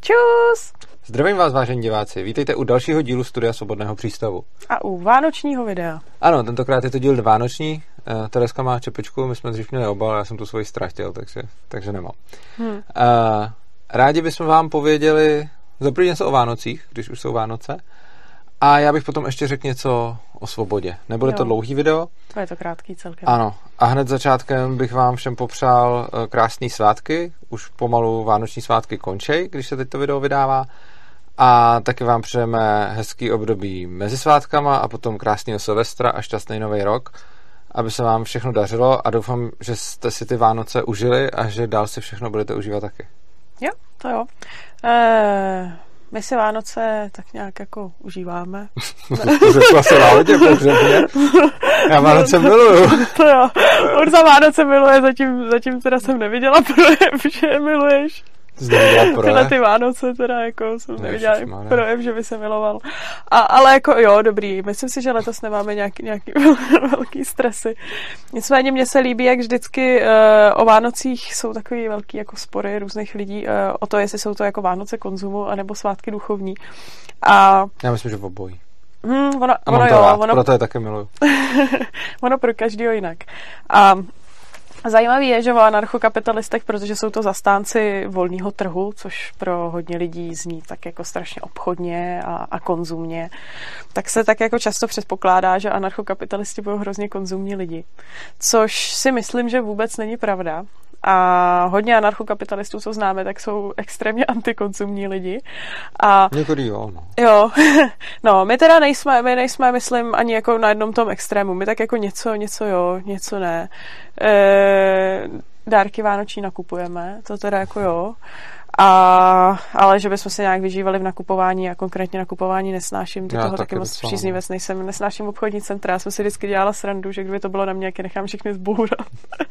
Čus! Zdravím vás, vážení diváci. Vítejte u dalšího dílu Studia Svobodného přístavu. A u vánočního videa. Ano, tentokrát je to díl vánoční. Tereska má čepičku, my jsme dřív měli obal, já jsem tu svoji ztratil, takže nemám. Rádi bychom vám pověděli za první něco o Vánocích, když už jsou Vánoce. A já bych potom ještě řekl něco o svobodě. Nebude to dlouhý video. To je to krátký celkem. Ano. A hned začátkem bych vám všem popřál krásné svátky. Už pomalu vánoční svátky končí, když se teď to video vydává. A taky vám přejeme hezký období mezi svátkama a potom krásného Silvestra a šťastný nový rok, aby se vám všechno dařilo a doufám, že jste si ty Vánoce užili a že dál si všechno budete užívat taky. Jo, to jo. My si Vánoce tak nějak jako užíváme. To řekla se náhodě pohřebně. Já Vánoce miluju. To jo. Urza Vánoce miluje, zatím teda jsem neviděla projev, že je miluješ. Tyhle ty Vánoce teda jako jsem neviděla projev, že by se miloval. Ale jako jo, dobrý. Myslím si, že letos nemáme nějaký velký stresy. Nicméně mně se líbí, jak vždycky o Vánocích jsou takový velký jako spory různých lidí o to, jestli jsou to jako Vánoce konzumu anebo svátky duchovní. A já myslím, že v obojí. Proto je taky miluju. Ono pro každýho jinak. A zajímavý je, že o anarchokapitalistech, protože jsou to zastánci volného trhu, což pro hodně lidí zní tak jako strašně obchodně a konzumně, tak se tak jako často předpokládá, že anarchokapitalisti budou hrozně konzumní lidi. Což si myslím, že vůbec není pravda. A hodně anarchokapitalistů, co známe, tak jsou extrémně antikonzumní lidi. A někdy jo, no. Jo, no, my teda nejsme, myslím, ani jako na jednom tom extrému. My tak jako něco jo, něco ne. Dárky vánoční nakupujeme, to teda jako jo. Ale že bychom se nějak vyžívali v nakupování a konkrétně nakupování nesnáším, do toho taky moc příznivec nejsem. Nesnáším obchodní centra, já jsem si vždycky dělala srandu, že kdyby to bylo na mě, jak je nechám všechny zbourat.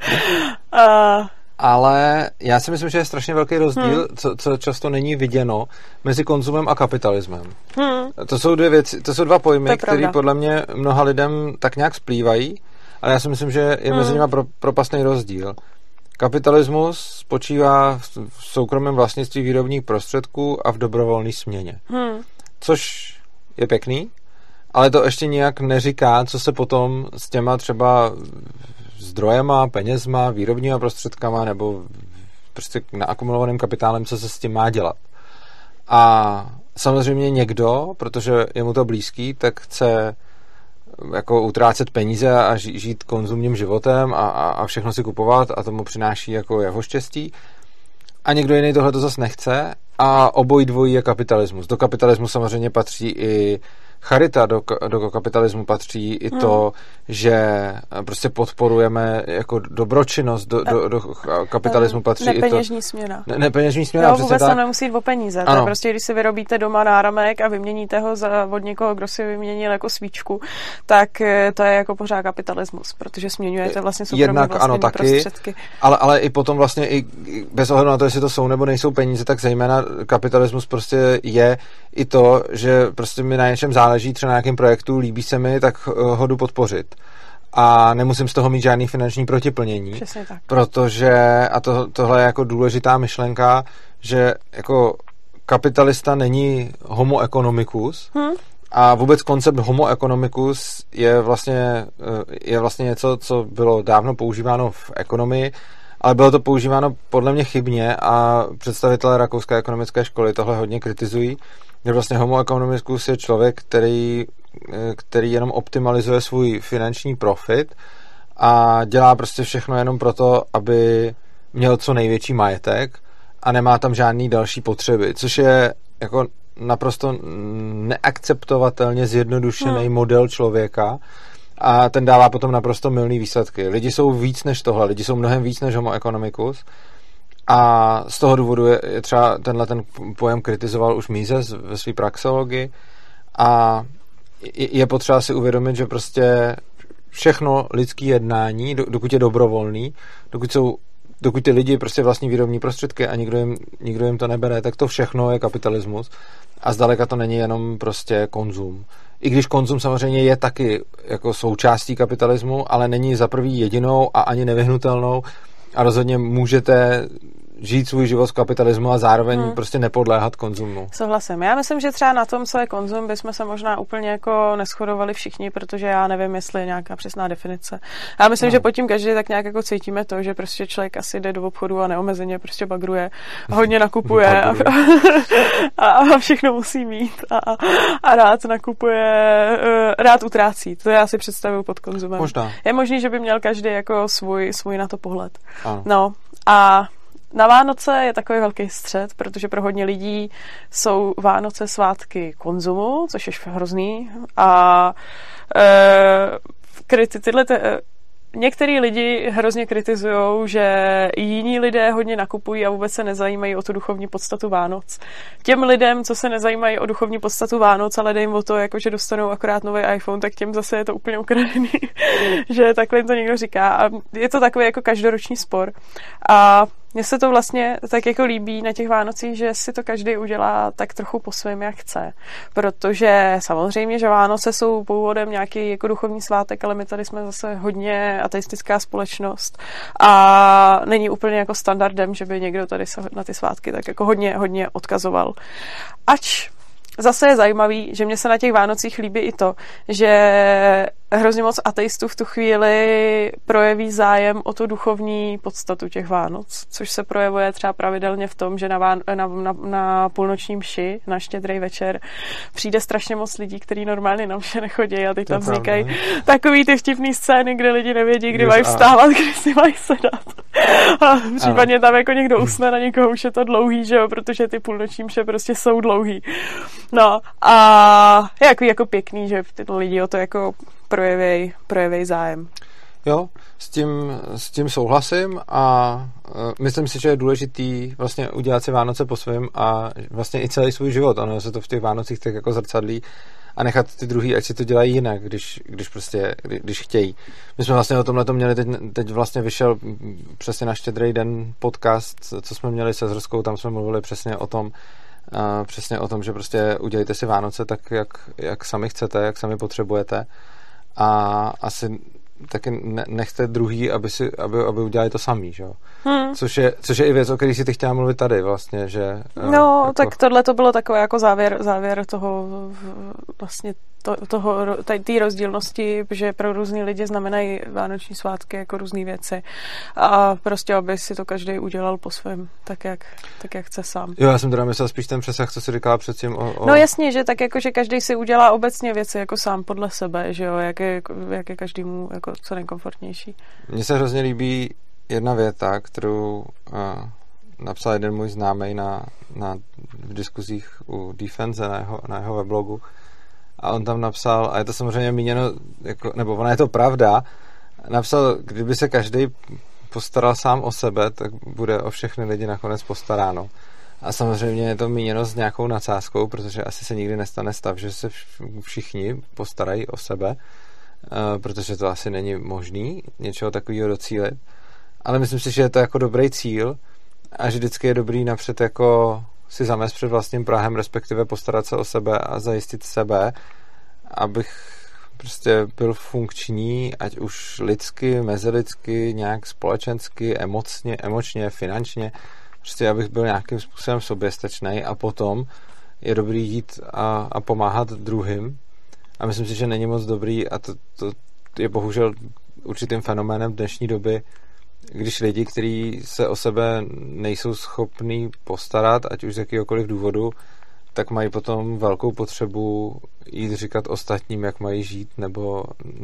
Ale já si myslím, že je strašně velký rozdíl, co často není viděno mezi konzumem a kapitalismem. To jsou dvě věci, to jsou dva pojmy, které podle mě mnoha lidem tak nějak splývají, ale já si myslím, že je mezi nimi propastný rozdíl. Kapitalismus spočívá v soukromém vlastnictví výrobních prostředků a v dobrovolné směně. Což je pěkný, ale to ještě nijak neříká, co se potom s těma třeba zdrojema, penězma, výrobníma prostředkama nebo prostě naakumulovaným kapitálem, co se s tím má dělat. A samozřejmě někdo, protože je mu to blízký, tak chce jako utrácet peníze a žít konzumním životem a všechno si kupovat a tomu přináší jako jeho štěstí. A někdo jiný tohle to zase nechce a obojí dvojí je kapitalismus. Do kapitalismu samozřejmě patří i charita, do kapitalismu patří i to, že prostě podporujeme jako dobročinnost, do kapitalismu patří nepeněžní i to... směna. Nepeněžní směna, jo, vůbec tam nemusí jít o peníze. Ano. To je prostě, když si vyrobíte doma náramek a vyměníte ho od někoho, kdo si vyměnil jako svíčku, tak to je jako pořád kapitalismus, protože směňujete vlastně soukromé prostředky. Ale i potom vlastně i bez ohledu na to, jestli to jsou nebo nejsou peníze, tak zejména kapitalismus prostě je i to, že prostě mi na něčem záleží, třeba na nějakém projektu, líbí se mi, tak ho jdu podpořit. A nemusím z toho mít žádný finanční protiplnění. Přesně tak. Protože, a tohle je jako důležitá myšlenka, že jako kapitalista není homo economicus a vůbec koncept homo economicus je vlastně něco, co bylo dávno používáno v ekonomii, ale bylo to používáno podle mě chybně a představitelé Rakouské ekonomické školy tohle hodně kritizují, že vlastně homo economicus je člověk, který jenom optimalizuje svůj finanční profit a dělá prostě všechno jenom proto, aby měl co největší majetek a nemá tam žádný další potřeby, což je jako naprosto neakceptovatelně zjednodušený model člověka a ten dává potom naprosto mylný výsledky. Lidi jsou víc než tohle, lidi jsou mnohem víc než homo economicus a z toho důvodu je třeba ten pojem kritizoval už Mises ve své praxeologii a je potřeba si uvědomit, že prostě všechno lidské jednání, dokud je dobrovolný, dokud ty lidi prostě vlastní výrobní prostředky a nikdo jim to nebere, tak to všechno je kapitalismus a zdaleka to není jenom prostě konzum. I když konzum samozřejmě je taky jako součástí kapitalismu, ale není za prvý jedinou a ani nevyhnutelnou a rozhodně můžete žít svůj život v kapitalismu a zároveň prostě nepodléhat konzumu. Souhlasím. Já myslím, že třeba na tom, co je konzum, bychom se možná úplně jako neshodovali všichni, protože já nevím, jestli je nějaká přesná definice. Já myslím, že pod tím každý tak nějak jako cítíme to, že prostě člověk asi jde do obchodu a neomezeně prostě bagruje, hodně nakupuje a všechno musí mít a rád nakupuje, rád utrácí. To já si představuju pod konzumem. Možná. Je možný, že by měl každý jako svůj na to pohled. Ano. No a na Vánoce je takový velký střet, protože pro hodně lidí jsou Vánoce svátky konzumu, což je hrozný. A některý lidi hrozně kritizujou, že jiní lidé hodně nakupují a vůbec se nezajímají o tu duchovní podstatu Vánoc. Těm lidem, co se nezajímají o duchovní podstatu Vánoc, ale jde jim o to, jako že dostanou akorát nový iPhone, tak těm zase je to úplně ukradený, že takhle jim to někdo říká. A je to takový jako každoroční spor. A mně se to vlastně tak jako líbí na těch Vánocích, že si to každý udělá tak trochu po svém, jak chce. Protože samozřejmě, že Vánoce jsou původem nějaký jako duchovní svátek, ale my tady jsme zase hodně ateistická společnost a není úplně jako standardem, že by někdo tady se na ty svátky tak jako hodně odkazoval. Ač zase je zajímavý, že mě se na těch Vánocích líbí i to, že hrozně moc ateistů v tu chvíli projeví zájem o tu duchovní podstatu těch Vánoc, což se projevuje třeba pravidelně v tom, že na půlnoční mši, na Štědrý večer, přijde strašně moc lidí, kteří normálně na mše nechodí a teď tam vznikají takový ty vtipný scény, kde lidi nevědí, kdy mají vstávat, kdy si mají sedat. A případně tam jako někdo usne, na někoho už je to dlouhý, že jo, protože ty půlnoční mše prostě jsou dlouhý. No a je jako pěkný, že ty lidi o to jako projevěj zájem. Jo, s tím souhlasím a myslím si, že je důležitý vlastně udělat si Vánoce po svém a vlastně i celý svůj život. Ono se to v těch Vánocích tak jako zrcadlí a nechat ty druhý, ať si to dělají jinak, když chtějí. My jsme vlastně o tomhle to měli, teď vlastně vyšel přesně na Štědrý den podcast, co jsme měli se Zrskou, tam jsme mluvili přesně o tom, že prostě udělejte si Vánoce tak, jak sami chcete, jak sami potřebujete a asi taky nechte druhý, aby udělali to samý, že jo? Což je i věc, o které si ty chtěla mluvit tady vlastně, že... No, jako... tak tohle to bylo takové jako závěr toho vlastně té rozdílnosti, že pro různý lidi znamenají vánoční svátky jako různý věci a prostě, aby si to každý udělal po svém, tak jak chce sám. Jo, já jsem teda myslel spíš ten přesah, co jsi říkala předtím No jasně, že tak jako, že každý si udělá obecně věci jako sám podle sebe, že jo, jak je každému jako co nejkomfortnější. Mně se hrozně líbí jedna věta, kterou napsal jeden můj známej v diskuzích u Defense na jeho weblogu. A on tam napsal, a je to samozřejmě míněno, jako, nebo ona je to pravda, napsal, kdyby se každý postaral sám o sebe, tak bude o všechny lidi nakonec postaráno. A samozřejmě je to míněno s nějakou nadsázkou, protože asi se nikdy nestane stav, že se všichni postarají o sebe, protože to asi není možný něčeho takového docílit. Ale myslím si, že je to jako dobrý cíl a že vždycky je dobrý napřed jako si zamést před vlastním prahem, respektive postarat se o sebe a zajistit sebe, abych prostě byl funkční, ať už lidsky, mezilidsky, nějak společensky, emočně, finančně, prostě abych byl nějakým způsobem soběstačný a potom je dobrý jít a pomáhat druhým. A myslím si, že není moc dobrý a to je bohužel určitým fenoménem dnešní doby, když lidi, kteří se o sebe nejsou schopní postarat, ať už z jakýhokoliv důvodu, tak mají potom velkou potřebu jít říkat ostatním, jak mají žít, nebo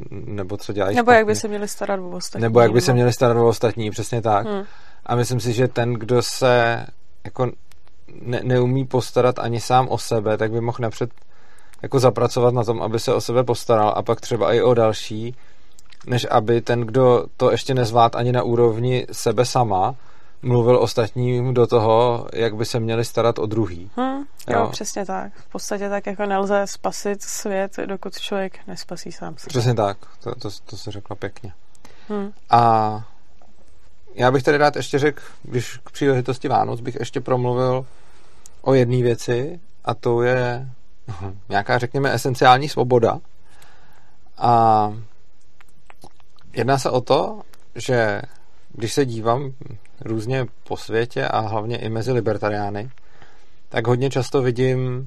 co dělají nebo špatně. Jak by se měli starat o ostatní. Nebo jak by se měli starat o ostatní, přesně tak. A myslím si, že ten, kdo se jako neumí postarat ani sám o sebe, tak by mohl napřed jako zapracovat na tom, aby se o sebe postaral a pak třeba i o další, než aby ten, kdo to ještě nezvlád ani na úrovni sebe sama, mluvil ostatním do toho, jak by se měli starat o druhý. Jo, přesně tak. V podstatě tak jako nelze spasit svět, dokud člověk nespasí sám sebe. Přesně tak. To se řekla pěkně. A já bych tady rád ještě řekl, když k příležitosti Vánoc bych ještě promluvil o jedné věci a to je nějaká, řekněme, esenciální svoboda. A jedná se o to, že když se dívám různě po světě a hlavně i mezi libertariány, tak hodně často vidím,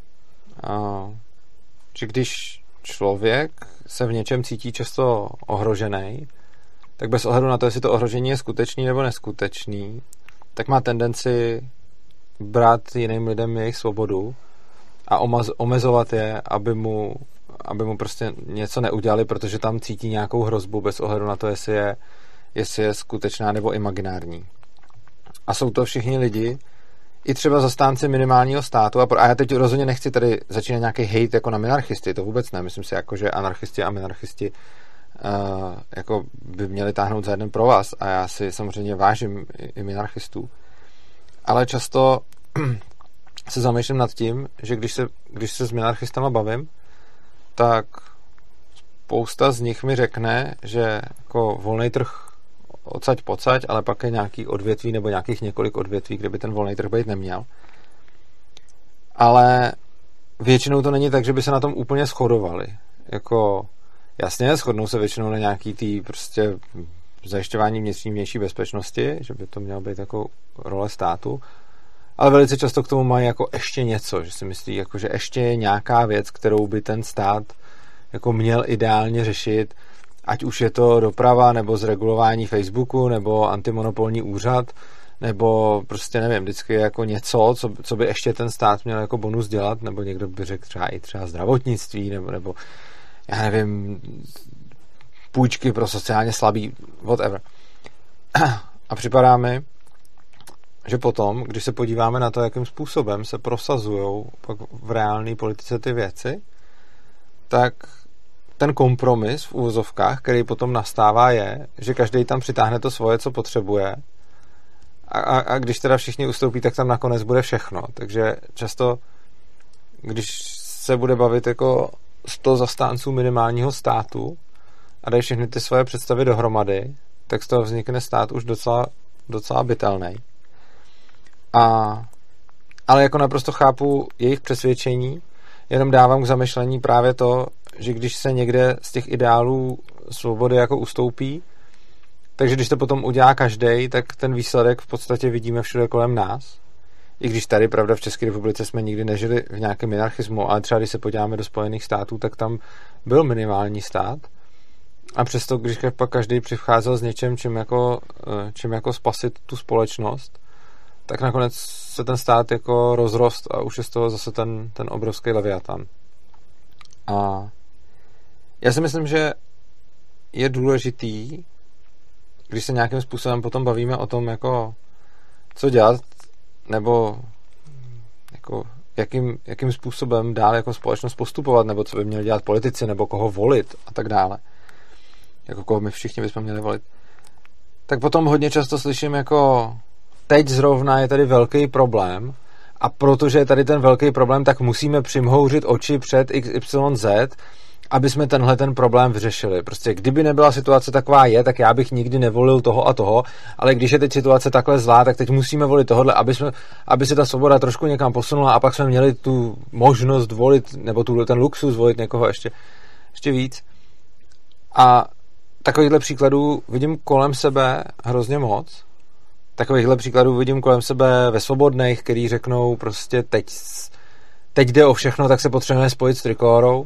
že když člověk se v něčem cítí často ohrožený, tak bez ohledu na to, jestli to ohrožení je skutečný nebo neskutečný, tak má tendenci brát jiným lidem jejich svobodu a omezovat je, aby mu prostě něco neudělali, protože tam cítí nějakou hrozbu bez ohledu na to, jestli je skutečná nebo imaginární. A jsou to všichni lidi, i třeba zastánci minimálního státu, a já teď rozhodně nechci tady začínat nějaký hejt jako na minarchisty, to vůbec ne, myslím si, jako, že anarchisti a minarchisti jako by měli táhnout za jeden provaz a já si samozřejmě vážím i minarchistů, ale často se zamýšlím nad tím, že když se s minarchistama bavím, tak spousta z nich mi řekne, že jako volný trh odsaď pocať, ale pak je nějaký odvětví nebo nějakých několik odvětví, kde by ten volný trh být neměl. Ale většinou to není tak, že by se na tom úplně shodovali. Jako jasně, shodnou se většinou na nějaký tý prostě zajišťování vnější bezpečnosti, že by to mělo být jako role státu, ale velice často k tomu mají jako ještě něco, že si myslí, jako, že ještě je nějaká věc, kterou by ten stát jako měl ideálně řešit, ať už je to doprava, nebo zregulování Facebooku, nebo antimonopolní úřad, nebo prostě nevím, vždycky jako něco, co by ještě ten stát měl jako bonus dělat, nebo někdo by řekl třeba zdravotnictví, nebo já nevím, půjčky pro sociálně slabý, whatever. A připadá mi, že potom, když se podíváme na to, jakým způsobem se prosazujou pak v reálné politice ty věci, tak ten kompromis v úvozovkách, který potom nastává, je, že každý tam přitáhne to svoje, co potřebuje a když teda všichni ustoupí, tak tam nakonec bude všechno. Takže často, když se bude bavit jako 100 zastánců minimálního státu a dají všechny ty svoje představy dohromady, tak z toho vznikne stát už docela bytelný. Ale jako naprosto chápu jejich přesvědčení, jenom dávám k zamyšlení právě to, že když se někde z těch ideálů svobody jako ustoupí, takže když to potom udělá každej, tak ten výsledek v podstatě vidíme všude kolem nás. I když tady, pravda, v České republice jsme nikdy nežili v nějakém minarchismu, ale třeba když se podíváme do Spojených států, tak tam byl minimální stát. A přesto, když pak každý přicházel s něčem, čím jako spasit tu společnost, tak nakonec se ten stát jako rozrost a už je z toho zase ten obrovský leviatan. A já si myslím, že je důležitý, když se nějakým způsobem potom bavíme o tom, jako co dělat, nebo jako jakým způsobem dál jako společnost postupovat, nebo co by měli dělat politici, nebo koho volit a tak dále. Jako koho my všichni bychom měli volit. Tak potom hodně často slyším jako teď zrovna je tady velký problém a protože je tady ten velký problém, tak musíme přimhouřit oči před XYZ, aby jsme tenhle ten problém vyřešili. Prostě kdyby nebyla situace taková tak já bych nikdy nevolil toho a toho, ale když je teď situace takhle zlá, tak teď musíme volit tohle, aby se ta svoboda trošku někam posunula a pak jsme měli tu možnost volit, nebo ten luxus volit někoho ještě víc. A takovýchhle příkladů vidím kolem sebe hrozně moc. Takovýchhle příkladů vidím kolem sebe ve svobodných, který řeknou prostě teď jde o všechno, tak se potřebujeme spojit s Trikórou.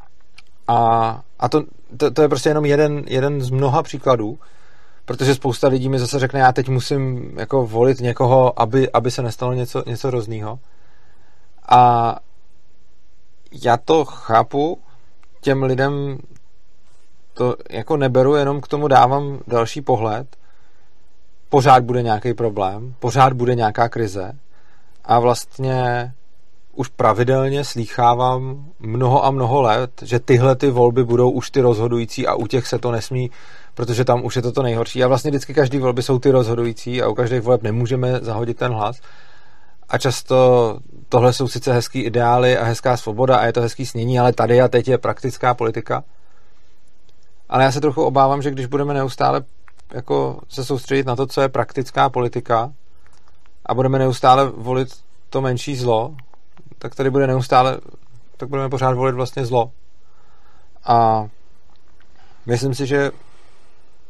A to je prostě jenom jeden z mnoha příkladů, protože spousta lidí mi zase řekne, já teď musím jako volit někoho, aby se nestalo něco hroznýho. A já to chápu, těm lidem to jako neberu, jenom k tomu dávám další pohled. Pořád bude nějaký problém, pořád bude nějaká krize a vlastně už pravidelně slýchávám mnoho a mnoho let, že tyhle ty volby budou už ty rozhodující a u těch se to nesmí, protože tam už je to nejhorší. A vlastně vždycky každý volby jsou ty rozhodující a u každých voleb nemůžeme zahodit ten hlas. A často tohle jsou sice hezký ideály a hezká svoboda a je to hezký snění, ale tady a teď je praktická politika. Ale já se trochu obávám, že když budeme neustále jako se soustředit na to, co je praktická politika a budeme neustále volit to menší zlo, tak tady tak budeme pořád volit vlastně zlo. A myslím si, že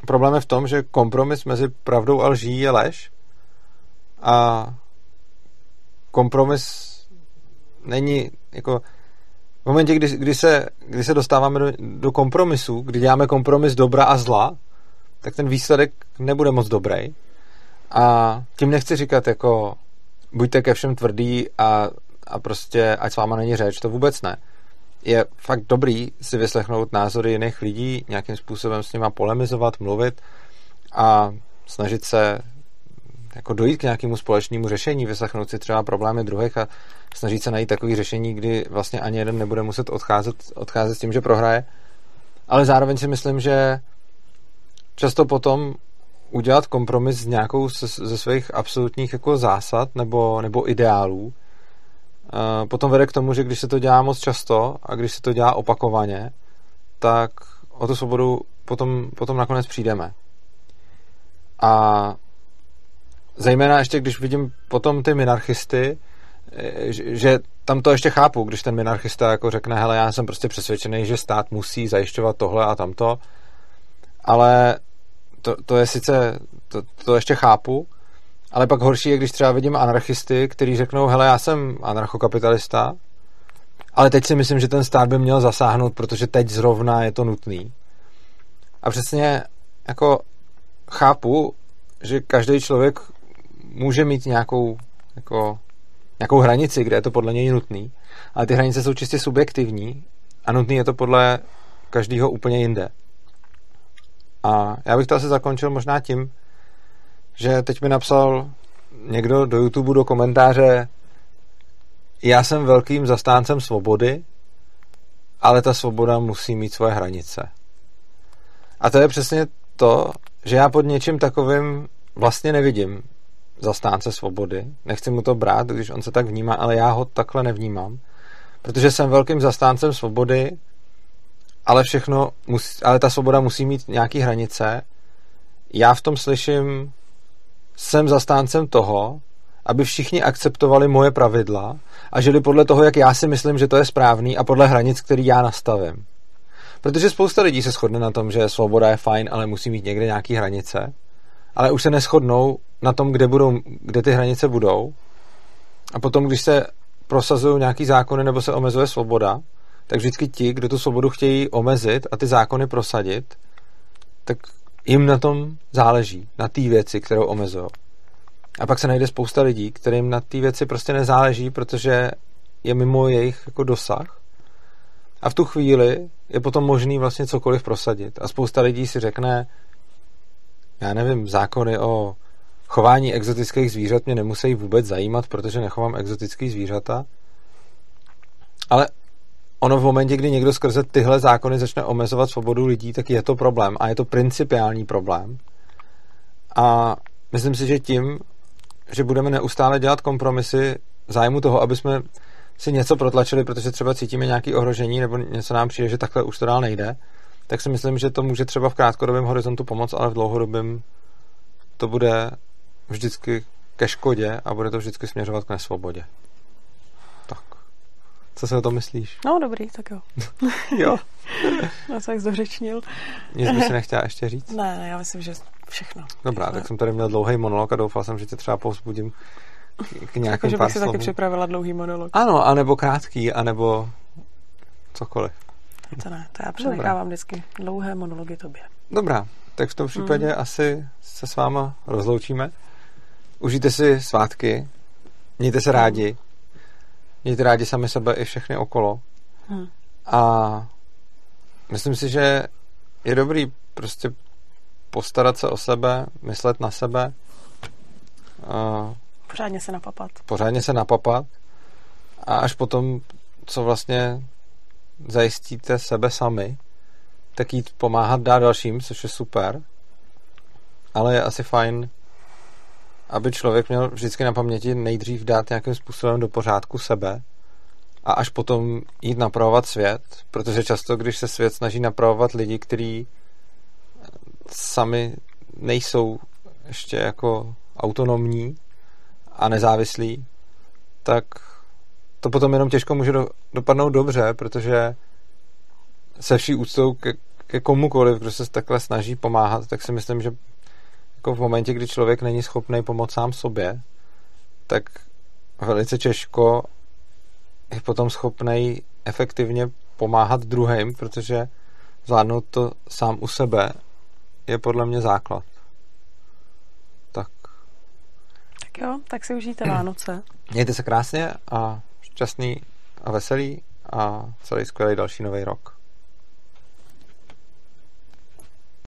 problém je v tom, že kompromis mezi pravdou a lží je lež a kompromis není jako v momentě, kdy se dostáváme do kompromisu, kdy děláme kompromis dobra a zla, tak ten výsledek nebude moc dobrý. A tím nechci říkat jako buďte ke všem tvrdý a prostě ať s váma není řeč, to vůbec ne. Je fakt dobrý si vyslechnout názory jiných lidí, nějakým způsobem s nima polemizovat, mluvit a snažit se jako dojít k nějakému společnému řešení, vyslechnout si třeba problémy druhých a snažit se najít takové řešení, kdy vlastně ani jeden nebude muset odcházet s tím, že prohraje. Ale zároveň si myslím, že často potom udělat kompromis s nějakou ze svých absolutních jako zásad nebo ideálů potom vede k tomu, že když se to dělá moc často a když se to dělá opakovaně, tak o tu svobodu potom nakonec přijdeme. A zejména ještě, když vidím potom ty minarchisty, že tam to ještě chápu, když ten minarchista jako řekne, hele, já jsem prostě přesvědčený, že stát musí zajišťovat tohle a tamto, ale to je sice, to ještě chápu, ale pak horší je, když třeba vidím anarchisty, kteří řeknou, hele, já jsem anarchokapitalista, ale teď si myslím, že ten stát by měl zasáhnout, protože teď zrovna je to nutný. A přesně jako chápu, že každý člověk může mít nějakou hranici, kde je to podle něj nutný, ale ty hranice jsou čistě subjektivní a nutný je to podle každého úplně jinde. A já bych to asi zakončil možná tím, že teď mi napsal někdo do YouTube do komentáře, já jsem velkým zastáncem svobody, ale ta svoboda musí mít svoje hranice. A to je přesně to, že já pod něčím takovým vlastně nevidím zastánce svobody. Nechci mu to brát, když on se tak vnímá, ale já ho takhle nevnímám. Protože jsem velkým zastáncem svobody, ale ta svoboda musí mít nějaký hranice. Já v tom slyším, jsem zastáncem toho, aby všichni akceptovali moje pravidla a žili podle toho, jak já si myslím, že to je správný a podle hranic, který já nastavím. Protože spousta lidí se shodne na tom, že svoboda je fajn, ale musí mít někde nějaký hranice, ale už se neshodnou na tom, kde ty hranice budou. A potom, když se prosazují nějaký zákony nebo se omezuje svoboda, tak vždycky ti, kdo tu svobodu chtějí omezit a ty zákony prosadit, tak jim na tom záleží, na té věci, kterou omezují. A pak se najde spousta lidí, kterým na té věci prostě nezáleží, protože je mimo jejich jako dosah. A v tu chvíli je potom možný vlastně cokoliv prosadit. A spousta lidí si řekne, já nevím, zákony o chování exotických zvířat mě nemusí vůbec zajímat, protože nechovám exotický zvířata. Ale ono v momentě, kdy někdo skrze tyhle zákony začne omezovat svobodu lidí, tak je to problém. A je to principiální problém. A myslím si, že tím, že budeme neustále dělat kompromisy v zájmu toho, aby jsme si něco protlačili, protože třeba cítíme nějaké ohrožení nebo něco nám přijde, že takhle už to dál nejde, tak si myslím, že to může třeba v krátkodobém horizontu pomoct, ale v dlouhodobém to bude vždycky ke škodě a bude to vždycky směřovat k nesvobodě. Tak. Co si o tom myslíš? No, dobrý, tak jo. Jo. No, co jak zdořečnil. Nic by si nechtěla ještě říct? Ne, já myslím, že všechno. Dobrá, tak jsem tady měl dlouhý monolog a doufal jsem, že tě třeba povzbudím k nějakým že pár bych si taky připravila dlouhý monolog. Ano, anebo krátký, anebo cokoliv. To ne, to já přenechávám vždycky dlouhé monology tobě. Dobrá, tak v tom případě asi se s váma rozloučíme. Užijte si svátky, mějte se rádi, mějte rádi sami sebe i všechny okolo. A myslím si, že je dobrý prostě postarat se o sebe, myslet na sebe. Pořádně se napapat. A až potom, co vlastně zajistíte sebe sami, tak jít pomáhat dát dalším, což je super. Ale je asi fajn, aby člověk měl vždycky na paměti nejdřív dát nějakým způsobem do pořádku sebe a až potom jít napravovat svět, protože často, když se svět snaží napravovat lidi, kteří sami nejsou ještě jako autonomní a nezávislí, tak to potom jenom těžko může dopadnout dobře, protože se vší úctou ke komukoliv, kdo se takhle snaží pomáhat, tak si myslím, že jako v momentě, kdy člověk není schopný pomoct sám sobě, tak velice těžko je potom schopný efektivně pomáhat druhým, protože zvládnout to sám u sebe je podle mě základ. Tak jo, tak si užijte Vánoce. Mějte se krásně a šťastný a veselý a celý skvělý další nový rok.